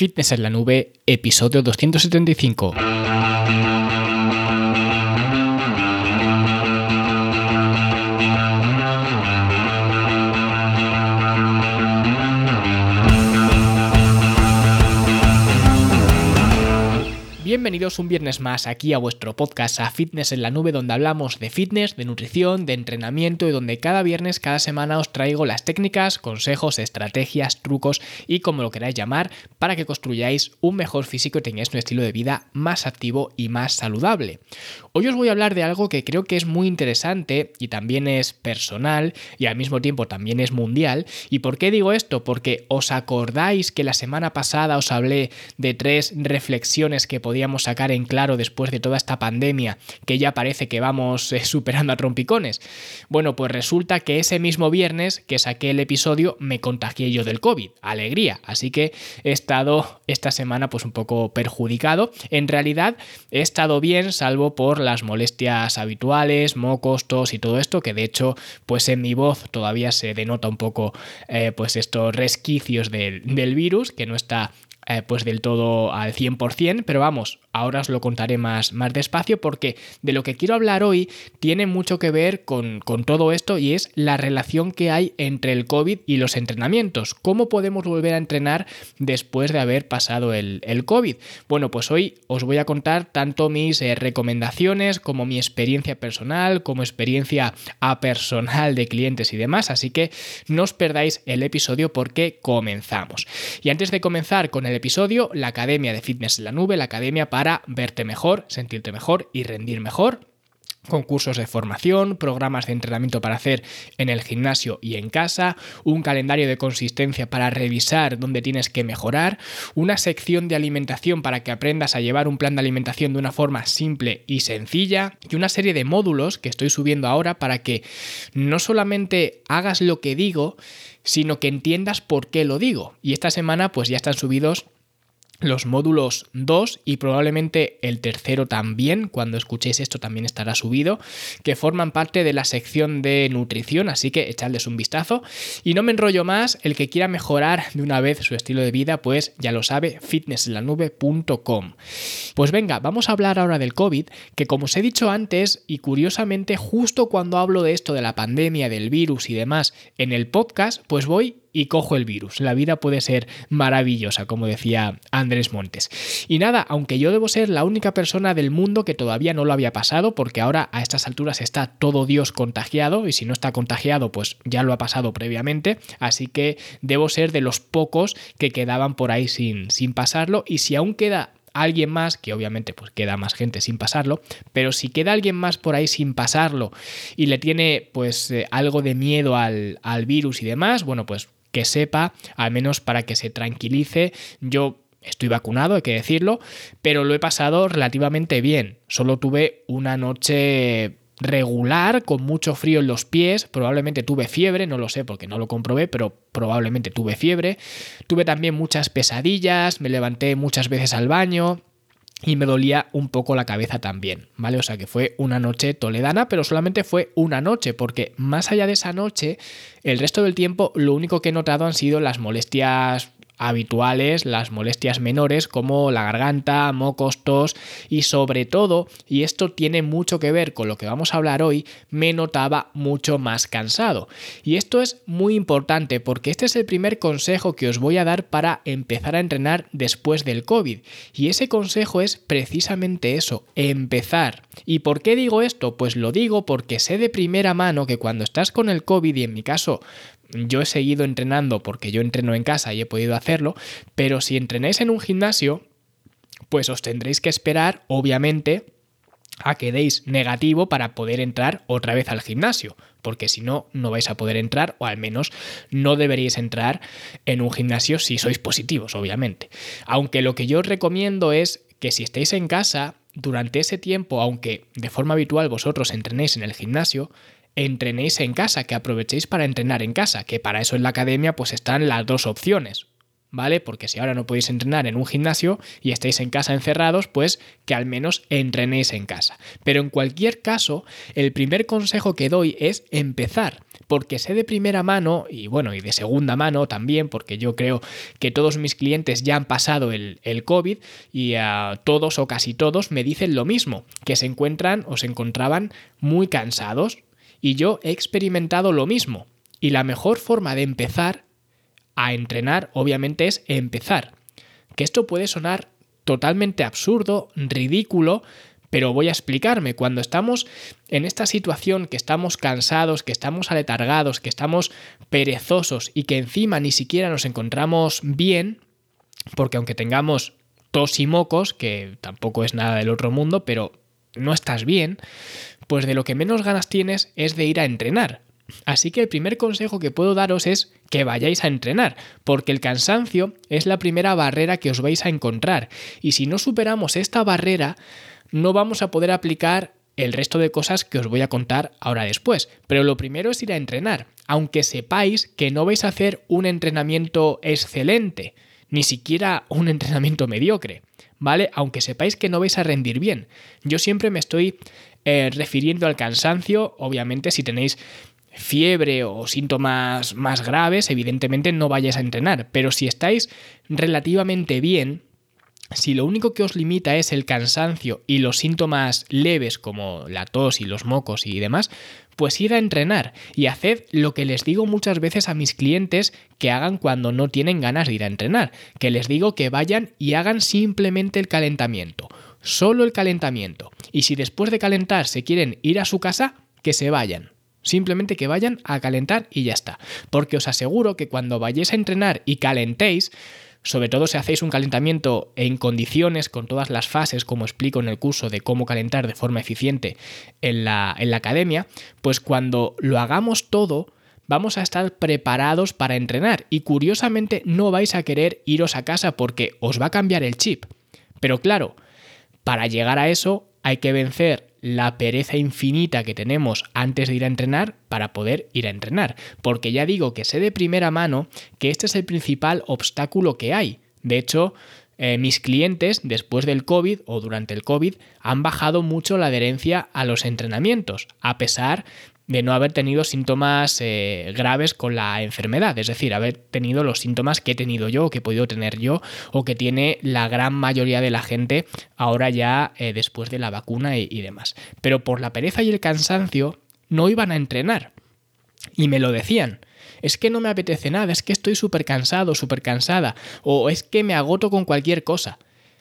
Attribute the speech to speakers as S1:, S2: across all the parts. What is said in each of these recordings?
S1: Fitness en la Nube, episodio 275. Bienvenidos un viernes más aquí a vuestro podcast a Fitness en la Nube, donde hablamos de fitness, de nutrición, de entrenamiento y donde cada viernes, cada semana os traigo las técnicas, consejos, estrategias, trucos y como lo queráis llamar para que construyáis un mejor físico y tengáis un estilo de vida más activo y más saludable. Hoy os voy a hablar de algo que creo que es muy interesante y también es personal y al mismo tiempo también es mundial. ¿Y por qué digo esto? Porque os acordáis que la semana pasada os hablé de 3 reflexiones que podíamos sacar en claro después de toda esta pandemia que ya parece que vamos superando a trompicones. Bueno, pues resulta que ese mismo viernes que saqué el episodio me contagié yo del COVID. Alegría. Así que he estado esta semana pues un poco perjudicado. En realidad he estado bien, salvo por las molestias habituales, mocos, tos y todo esto, que de hecho pues en mi voz todavía se denota un poco pues estos resquicios del virus, que no está pues del todo al 100%, pero vamos, ahora os lo contaré más despacio porque de lo que quiero hablar hoy tiene mucho que ver con todo esto y es la relación que hay entre el COVID y los entrenamientos. ¿Cómo podemos volver a entrenar después de haber pasado el COVID? Bueno, pues hoy os voy a contar tanto mis recomendaciones como mi experiencia personal, como experiencia personal de clientes y demás, así que no os perdáis el episodio porque comenzamos. Y antes de comenzar con el episodio, la Academia de Fitness en la Nube, la academia para verte mejor, sentirte mejor y rendir mejor. Con cursos de formación, programas de entrenamiento para hacer en el gimnasio y en casa, un calendario de consistencia para revisar dónde tienes que mejorar, una sección de alimentación para que aprendas a llevar un plan de alimentación de una forma simple y sencilla y una serie de módulos que estoy subiendo ahora para que no solamente hagas lo que digo, sino que entiendas por qué lo digo. Y esta semana pues ya están subidos los módulos 2 y probablemente el tercero también, cuando escuchéis esto también estará subido, que forman parte de la sección de nutrición, así que echadles un vistazo. Y no me enrollo más, el que quiera mejorar de una vez su estilo de vida, pues ya lo sabe, fitnessenlanube.com. Pues venga, vamos a hablar ahora del COVID, que como os he dicho antes, y curiosamente justo cuando hablo de esto de la pandemia, del virus y demás en el podcast, pues voy y cojo el virus. La vida puede ser maravillosa, como decía Andrés Montes. Y nada, aunque yo debo ser la única persona del mundo que todavía no lo había pasado, porque ahora a estas alturas está todo Dios contagiado, y si no está contagiado, pues ya lo ha pasado previamente, así que debo ser de los pocos que quedaban por ahí sin pasarlo, y si aún queda alguien más, que obviamente pues queda más gente sin pasarlo, pero si queda alguien más por ahí sin pasarlo y le tiene pues algo de miedo al virus y demás, bueno, pues que sepa, al menos para que se tranquilice. Yo estoy vacunado, hay que decirlo, pero lo he pasado relativamente bien. Solo tuve una noche regular, con mucho frío en los pies, probablemente tuve fiebre, no lo sé porque no lo comprobé, pero probablemente tuve fiebre. Tuve también muchas pesadillas, me levanté muchas veces al baño y me dolía un poco la cabeza también, ¿vale? O sea que fue una noche toledana, pero solamente fue una noche, porque más allá de esa noche, el resto del tiempo lo único que he notado han sido las molestias habituales, las molestias menores como la garganta, mocos, tos y sobre todo, y esto tiene mucho que ver con lo que vamos a hablar hoy, me notaba mucho más cansado. Y esto es muy importante porque este es el primer consejo que os voy a dar para empezar a entrenar después del COVID. Y ese consejo es precisamente eso, empezar. ¿Y por qué digo esto? Pues lo digo porque sé de primera mano que cuando estás con el COVID, y en mi caso yo he seguido entrenando porque yo entreno en casa y he podido hacerlo, pero si entrenáis en un gimnasio, pues os tendréis que esperar, obviamente, a que deis negativo para poder entrar otra vez al gimnasio, porque si no, no vais a poder entrar, o al menos no deberíais entrar en un gimnasio si sois positivos, obviamente. Aunque lo que yo os recomiendo es que si estáis en casa, durante ese tiempo, aunque de forma habitual vosotros entrenéis en el gimnasio, entrenéis en casa, que aprovechéis para entrenar en casa, que para eso en la academia pues están las dos opciones. ¿vale? Porque si ahora no podéis entrenar en un gimnasio y estáis en casa encerrados, pues que al menos entrenéis en casa. Pero en cualquier caso, el primer consejo que doy es empezar, porque sé de primera mano y bueno, y de segunda mano también, porque yo creo que todos mis clientes ya han pasado el COVID y a todos o casi todos me dicen lo mismo, que se encuentran o se encontraban muy cansados, y yo he experimentado lo mismo. Y la mejor forma de empezar a entrenar, obviamente, es empezar. Que esto puede sonar totalmente absurdo, ridículo, pero voy a explicarme. Cuando estamos en esta situación, que estamos cansados, que estamos aletargados, que estamos perezosos y que encima ni siquiera nos encontramos bien, porque aunque tengamos tos y mocos, que tampoco es nada del otro mundo, pero no estás bien, pues de lo que menos ganas tienes es de ir a entrenar. Así que el primer consejo que puedo daros es que vayáis a entrenar, porque el cansancio es la primera barrera que os vais a encontrar, y si no superamos esta barrera, no vamos a poder aplicar el resto de cosas que os voy a contar ahora después. Pero lo primero es ir a entrenar, aunque sepáis que no vais a hacer un entrenamiento excelente, ni siquiera un entrenamiento mediocre, ¿vale? Aunque sepáis que no vais a rendir bien. Yo siempre me estoy refiriendo al cansancio. Obviamente, si tenéis fiebre o síntomas más graves, evidentemente no vayáis a entrenar, pero si estáis relativamente bien, si lo único que os limita es el cansancio y los síntomas leves como la tos y los mocos y demás, pues id a entrenar y haced lo que les digo muchas veces a mis clientes que hagan cuando no tienen ganas de ir a entrenar, que les digo que vayan y hagan simplemente el calentamiento, solo el calentamiento, y si después de calentar se quieren ir a su casa, que se vayan. Simplemente que vayan a calentar y ya está. Porque os aseguro que cuando vayáis a entrenar y calentéis, sobre todo si hacéis un calentamiento en condiciones, con todas las fases, como explico en el curso de cómo calentar de forma eficiente en la academia, pues cuando lo hagamos todo, vamos a estar preparados para entrenar. Y curiosamente no vais a querer iros a casa porque os va a cambiar el chip. Pero claro, para llegar a eso hay que vencer la pereza infinita que tenemos antes de ir a entrenar para poder ir a entrenar. Porque ya digo que sé de primera mano que este es el principal obstáculo que hay. De hecho, mis clientes después del COVID o durante el COVID han bajado mucho la adherencia a los entrenamientos, a pesar de no haber tenido síntomas graves con la enfermedad, es decir, haber tenido los síntomas que he tenido yo, o que he podido tener yo, o que tiene la gran mayoría de la gente ahora ya después de la vacuna y demás. Pero por la pereza y el cansancio no iban a entrenar y me lo decían. Es que no me apetece nada, es que estoy súper cansado, súper cansada, o es que me agoto con cualquier cosa.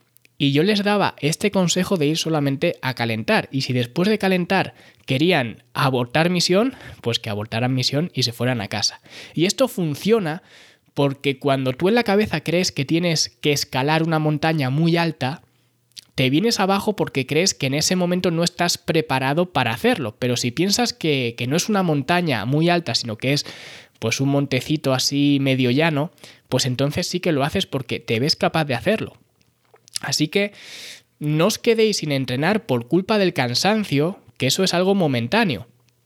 S1: Y yo les daba este consejo de ir solamente a calentar. Y si después de calentar querían abortar misión, pues que abortaran misión y se fueran a casa. Y esto funciona porque cuando tú en la cabeza crees que tienes que escalar una montaña muy alta, te vienes abajo porque crees que en ese momento no estás preparado para hacerlo. Pero si piensas que no es una montaña muy alta, sino que es pues un montecito así medio llano, pues entonces sí que lo haces porque te ves capaz de hacerlo. Así que no os quedéis sin entrenar por culpa del cansancio, que eso es algo momentáneo.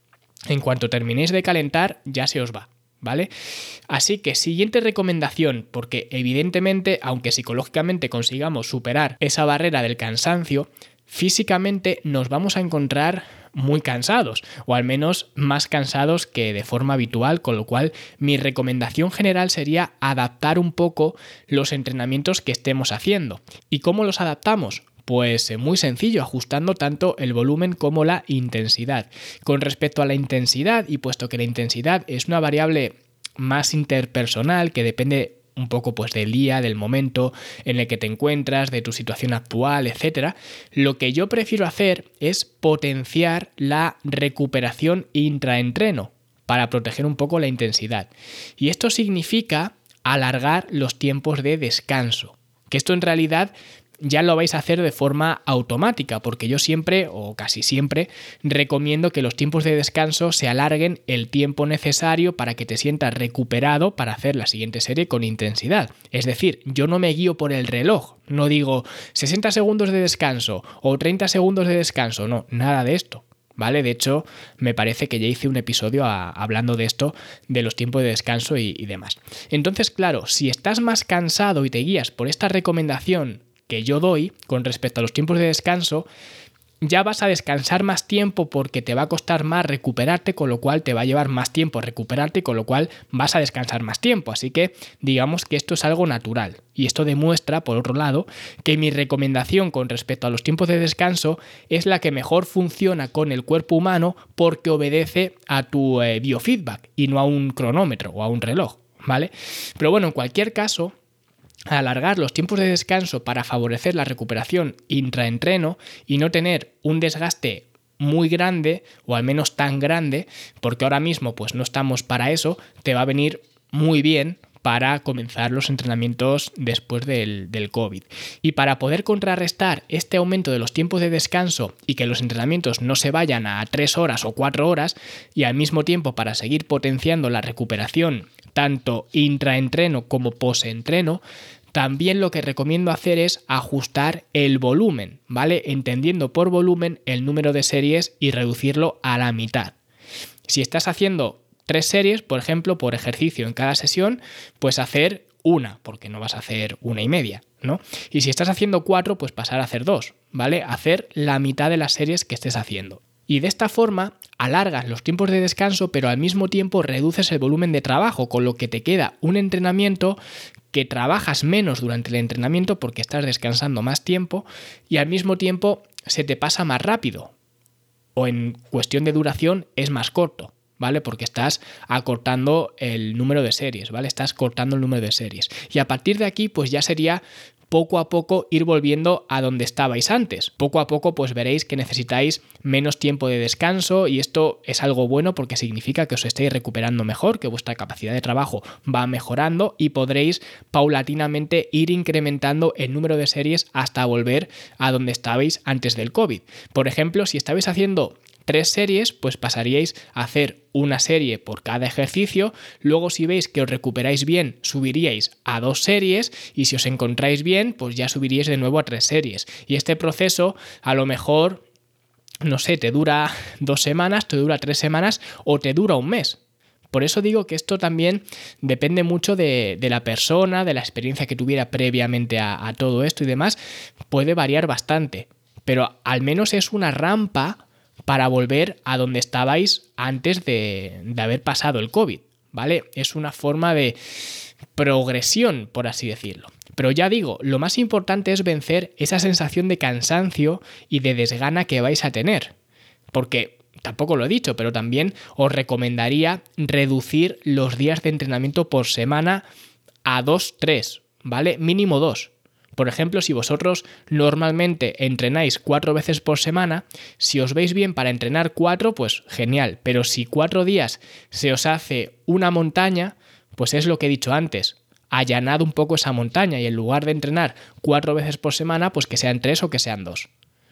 S1: En cuanto terminéis de calentar, ya se os va, ¿vale? Así que siguiente recomendación, porque evidentemente, aunque psicológicamente consigamos superar esa barrera del cansancio, físicamente nos vamos a encontrar muy cansados, o al menos más cansados que de forma habitual, con lo cual mi recomendación general sería adaptar un poco los entrenamientos que estemos haciendo. ¿Y cómo los adaptamos? Pues muy sencillo, ajustando tanto el volumen como la intensidad. Con respecto a la intensidad, y puesto que la intensidad es una variable más interpersonal que depende un poco pues del día, del momento en el que te encuentras, de tu situación actual, etcétera, lo que yo prefiero hacer es potenciar la recuperación intraentreno para proteger un poco la intensidad. Y esto significa alargar los tiempos de descanso, que esto en realidad ya lo vais a hacer de forma automática, porque yo siempre, o casi siempre, recomiendo que los tiempos de descanso se alarguen el tiempo necesario para que te sientas recuperado para hacer la siguiente serie con intensidad. Es decir, yo no me guío por el reloj, no digo 60 segundos de descanso o 30 segundos de descanso, no, nada de esto. ¿vale? De hecho, me parece que ya hice un episodio hablando de esto, de los tiempos de descanso y demás. Entonces, claro, si estás más cansado y te guías por esta recomendación que yo doy con respecto a los tiempos de descanso, ya vas a descansar más tiempo porque te va a costar más recuperarte, con lo cual te va a llevar más tiempo recuperarte, con lo cual vas a descansar más tiempo. Así que digamos que esto es algo natural. Y esto demuestra, por otro lado, que mi recomendación con respecto a los tiempos de descanso es la que mejor funciona con el cuerpo humano porque obedece a tu biofeedback y no a un cronómetro o a un reloj, ¿vale? Pero bueno, en cualquier caso, alargar los tiempos de descanso para favorecer la recuperación intraentreno y no tener un desgaste muy grande o al menos tan grande, porque ahora mismo pues no estamos para eso, te va a venir muy bien para comenzar los entrenamientos después del COVID. Y para poder contrarrestar este aumento de los tiempos de descanso y que los entrenamientos no se vayan a 3 horas o 4 horas y al mismo tiempo para seguir potenciando la recuperación tanto intraentreno como postentreno, también lo que recomiendo hacer es ajustar el volumen, ¿vale? Entendiendo por volumen el número de series y reducirlo a la mitad. Si estás haciendo 3 series, por ejemplo, por ejercicio en cada sesión, pues hacer una, porque no vas a hacer 1,5, ¿no? Y si estás haciendo 4, pues pasar a hacer 2, ¿vale? Hacer la mitad de las series que estés haciendo. Y de esta forma alargas los tiempos de descanso, pero al mismo tiempo reduces el volumen de trabajo, con lo que te queda un entrenamiento que trabajas menos durante el entrenamiento porque estás descansando más tiempo y al mismo tiempo se te pasa más rápido o en cuestión de duración es más corto, ¿vale? Porque estás acortando el número de series, ¿vale? Estás cortando el número de series. Y a partir de aquí, pues ya sería poco a poco ir volviendo a donde estabais antes. Poco a poco pues veréis que necesitáis menos tiempo de descanso y esto es algo bueno porque significa que os estáis recuperando mejor, que vuestra capacidad de trabajo va mejorando y podréis paulatinamente ir incrementando el número de series hasta volver a donde estabais antes del COVID. Por ejemplo, si estabais haciendo 3 series, pues pasaríais a hacer una serie por cada ejercicio, luego si veis que os recuperáis bien, subiríais a 2 series y si os encontráis bien, pues ya subiríais de nuevo a 3 series. Y este proceso a lo mejor, no sé, te dura 2 semanas, te dura 3 semanas o te dura un mes. Por eso digo que esto también depende mucho de la persona, de la experiencia que tuviera previamente a todo esto y demás, puede variar bastante, pero al menos es una rampa para volver a donde estabais antes de haber pasado el COVID, ¿vale? Es una forma de progresión, por así decirlo. Pero ya digo, lo más importante es vencer esa sensación de cansancio y de desgana que vais a tener. Porque, tampoco lo he dicho, pero también os recomendaría reducir los días de entrenamiento por semana a 2-3, ¿vale? Mínimo 2. Por ejemplo, si vosotros normalmente entrenáis 4 veces por semana, si os veis bien para entrenar 4, pues genial. Pero si 4 días se os hace una montaña, pues es lo que he dicho antes. Allanad un poco esa montaña y en lugar de entrenar 4 veces por semana, pues que sean 3 o que sean 2.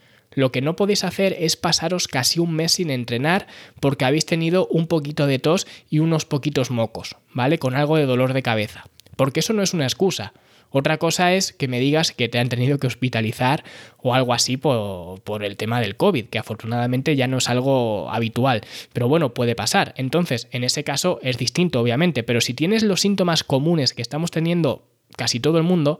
S1: Lo que no podéis hacer es pasaros casi un mes sin entrenar porque habéis tenido un poquito de tos y unos poquitos mocos, ¿vale? Con algo de dolor de cabeza. Porque eso no es una excusa. Otra cosa es que me digas que te han tenido que hospitalizar o algo así por el tema del COVID, que afortunadamente ya no es algo habitual. Pero bueno, puede pasar. Entonces, en ese caso es distinto, obviamente. Pero si tienes los síntomas comunes que estamos teniendo casi todo el mundo,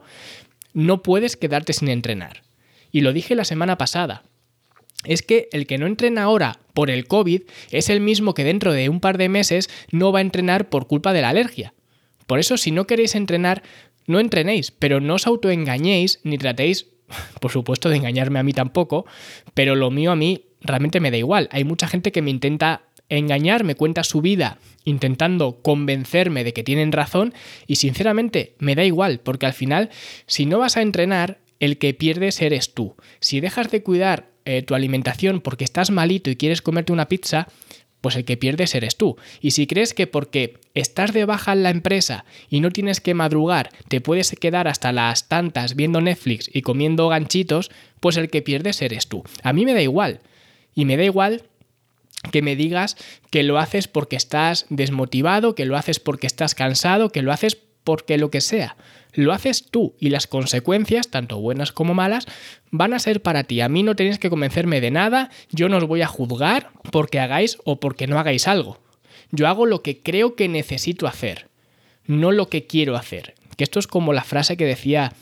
S1: no puedes quedarte sin entrenar. Y lo dije la semana pasada. Es que el que no entrena ahora por el COVID es el mismo que dentro de un par de meses no va a entrenar por culpa de la alergia. Por eso, si no queréis entrenar, no entrenéis, pero no os autoengañéis ni tratéis, por supuesto, de engañarme a mí tampoco, pero lo mío a mí realmente me da igual. Hay mucha gente que me intenta engañar, me cuenta su vida intentando convencerme de que tienen razón y sinceramente me da igual, porque al final, si no vas a entrenar, el que pierdes eres tú. Si dejas de cuidar tu alimentación porque estás malito y quieres comerte una pizza, pues el que pierdes eres tú. Y si crees que porque estás de baja en la empresa y no tienes que madrugar, te puedes quedar hasta las tantas viendo Netflix y comiendo ganchitos, pues el que pierdes eres tú. A mí me da igual. Y me da igual que me digas que lo haces porque estás desmotivado, que lo haces porque estás cansado, que lo haces porque lo que sea, lo haces tú y las consecuencias, tanto buenas como malas, van a ser para ti. A mí no tenéis que convencerme de nada, yo no os voy a juzgar porque hagáis o porque no hagáis algo. Yo hago lo que creo que necesito hacer, no lo que quiero hacer. Que esto es como la frase que decía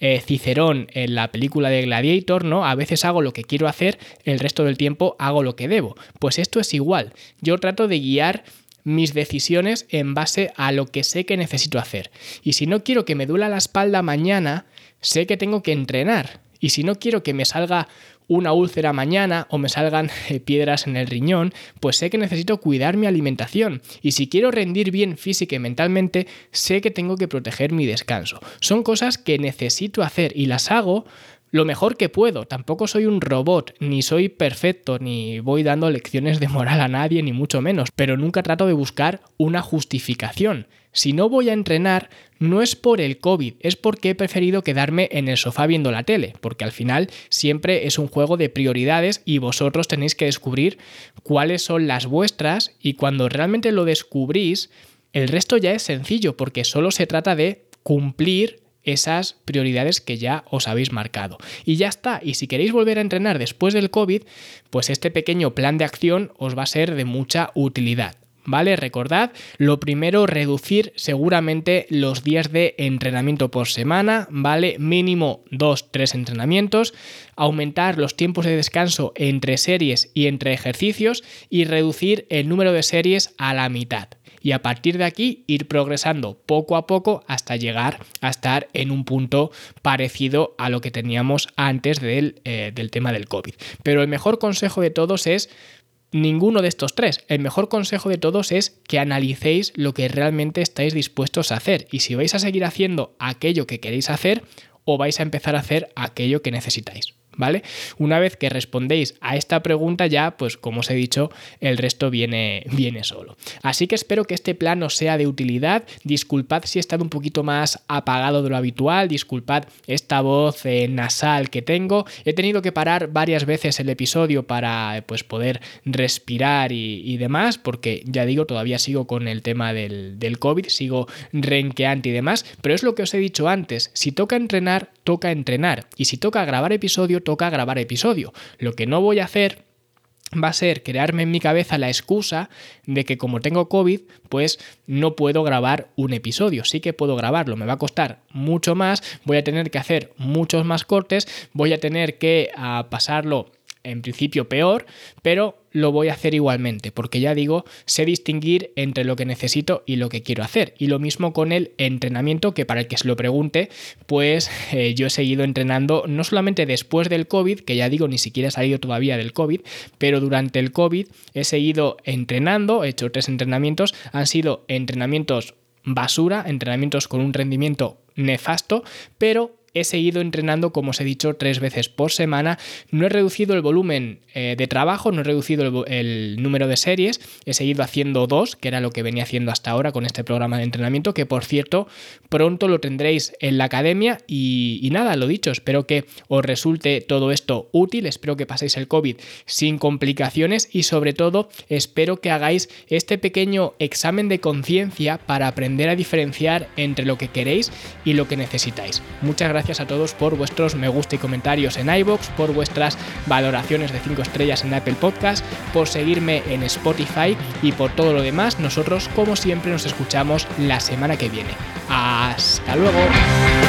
S1: Cicerón en la película de Gladiator, ¿no? A veces hago lo que quiero hacer, el resto del tiempo hago lo que debo. Pues esto es igual. Yo trato de guiar mis decisiones en base a lo que sé que necesito hacer. Y si no quiero que me duela la espalda mañana, sé que tengo que entrenar. Y si no quiero que me salga una úlcera mañana o me salgan piedras en el riñón, pues sé que necesito cuidar mi alimentación. Y si quiero rendir bien física y mentalmente, sé que tengo que proteger mi descanso. Son cosas que necesito hacer y las hago lo mejor que puedo. Tampoco soy un robot, ni soy perfecto, ni voy dando lecciones de moral a nadie, ni mucho menos, pero nunca trato de buscar una justificación. Si no voy a entrenar, no es por el COVID, es porque he preferido quedarme en el sofá viendo la tele, porque al final siempre es un juego de prioridades y vosotros tenéis que descubrir cuáles son las vuestras, y cuando realmente lo descubrís, el resto ya es sencillo, porque solo se trata de cumplir esas prioridades que ya os habéis marcado. Y ya está. Y si queréis volver a entrenar después del COVID, pues este pequeño plan de acción os va a ser de mucha utilidad. ¿Vale? Recordad, lo primero, reducir seguramente los días de entrenamiento por semana, ¿vale? Mínimo 2-3 entrenamientos, aumentar los tiempos de descanso entre series y entre ejercicios y reducir el número de series a la mitad. Y a partir de aquí ir progresando poco a poco hasta llegar a estar en un punto parecido a lo que teníamos antes del tema del COVID. Pero el mejor consejo de todos es ninguno de estos tres. El mejor consejo de todos es que analicéis lo que realmente estáis dispuestos a hacer y si vais a seguir haciendo aquello que queréis hacer o vais a empezar a hacer aquello que necesitáis. ¿Vale? Una vez que respondéis a esta pregunta ya, pues como os he dicho, el resto viene solo. Así que espero que este plan os sea de utilidad. Disculpad si he estado un poquito más apagado de lo habitual, disculpad esta voz nasal que tengo. He tenido que parar varias veces el episodio para pues poder respirar y demás, porque ya digo, todavía sigo con el tema del COVID, sigo renqueante y demás, pero es lo que os he dicho antes, si toca entrenar, toca entrenar, y si toca grabar episodio, toca grabar episodio. Lo que no voy a hacer va a ser crearme en mi cabeza la excusa de que como tengo COVID, pues no puedo grabar un episodio. Sí que puedo grabarlo, me va a costar mucho más, voy a tener que hacer muchos más cortes, voy a tener que pasarlo en principio peor, pero lo voy a hacer igualmente, porque ya digo, sé distinguir entre lo que necesito y lo que quiero hacer. Y lo mismo con el entrenamiento, que para el que se lo pregunte, pues yo he seguido entrenando no solamente después del COVID, que ya digo, ni siquiera he salido todavía del COVID, pero durante el COVID he seguido entrenando, he hecho 3 entrenamientos, han sido entrenamientos basura, entrenamientos con un rendimiento nefasto, pero he seguido entrenando, como os he dicho, 3 veces por semana. No he reducido el volumen de trabajo, no he reducido el número de series, he seguido haciendo 2, que era lo que venía haciendo hasta ahora con este programa de entrenamiento, que por cierto, pronto lo tendréis en la academia y nada, lo dicho, espero que os resulte todo esto útil, espero que paséis el COVID sin complicaciones y sobre todo espero que hagáis este pequeño examen de conciencia para aprender a diferenciar entre lo que queréis y lo que necesitáis. Muchas gracias a todos por vuestros me gusta y comentarios en iVoox, por vuestras valoraciones de 5 estrellas en Apple Podcast, por seguirme en Spotify y por todo lo demás. Nosotros, como siempre, nos escuchamos la semana que viene. ¡Hasta luego!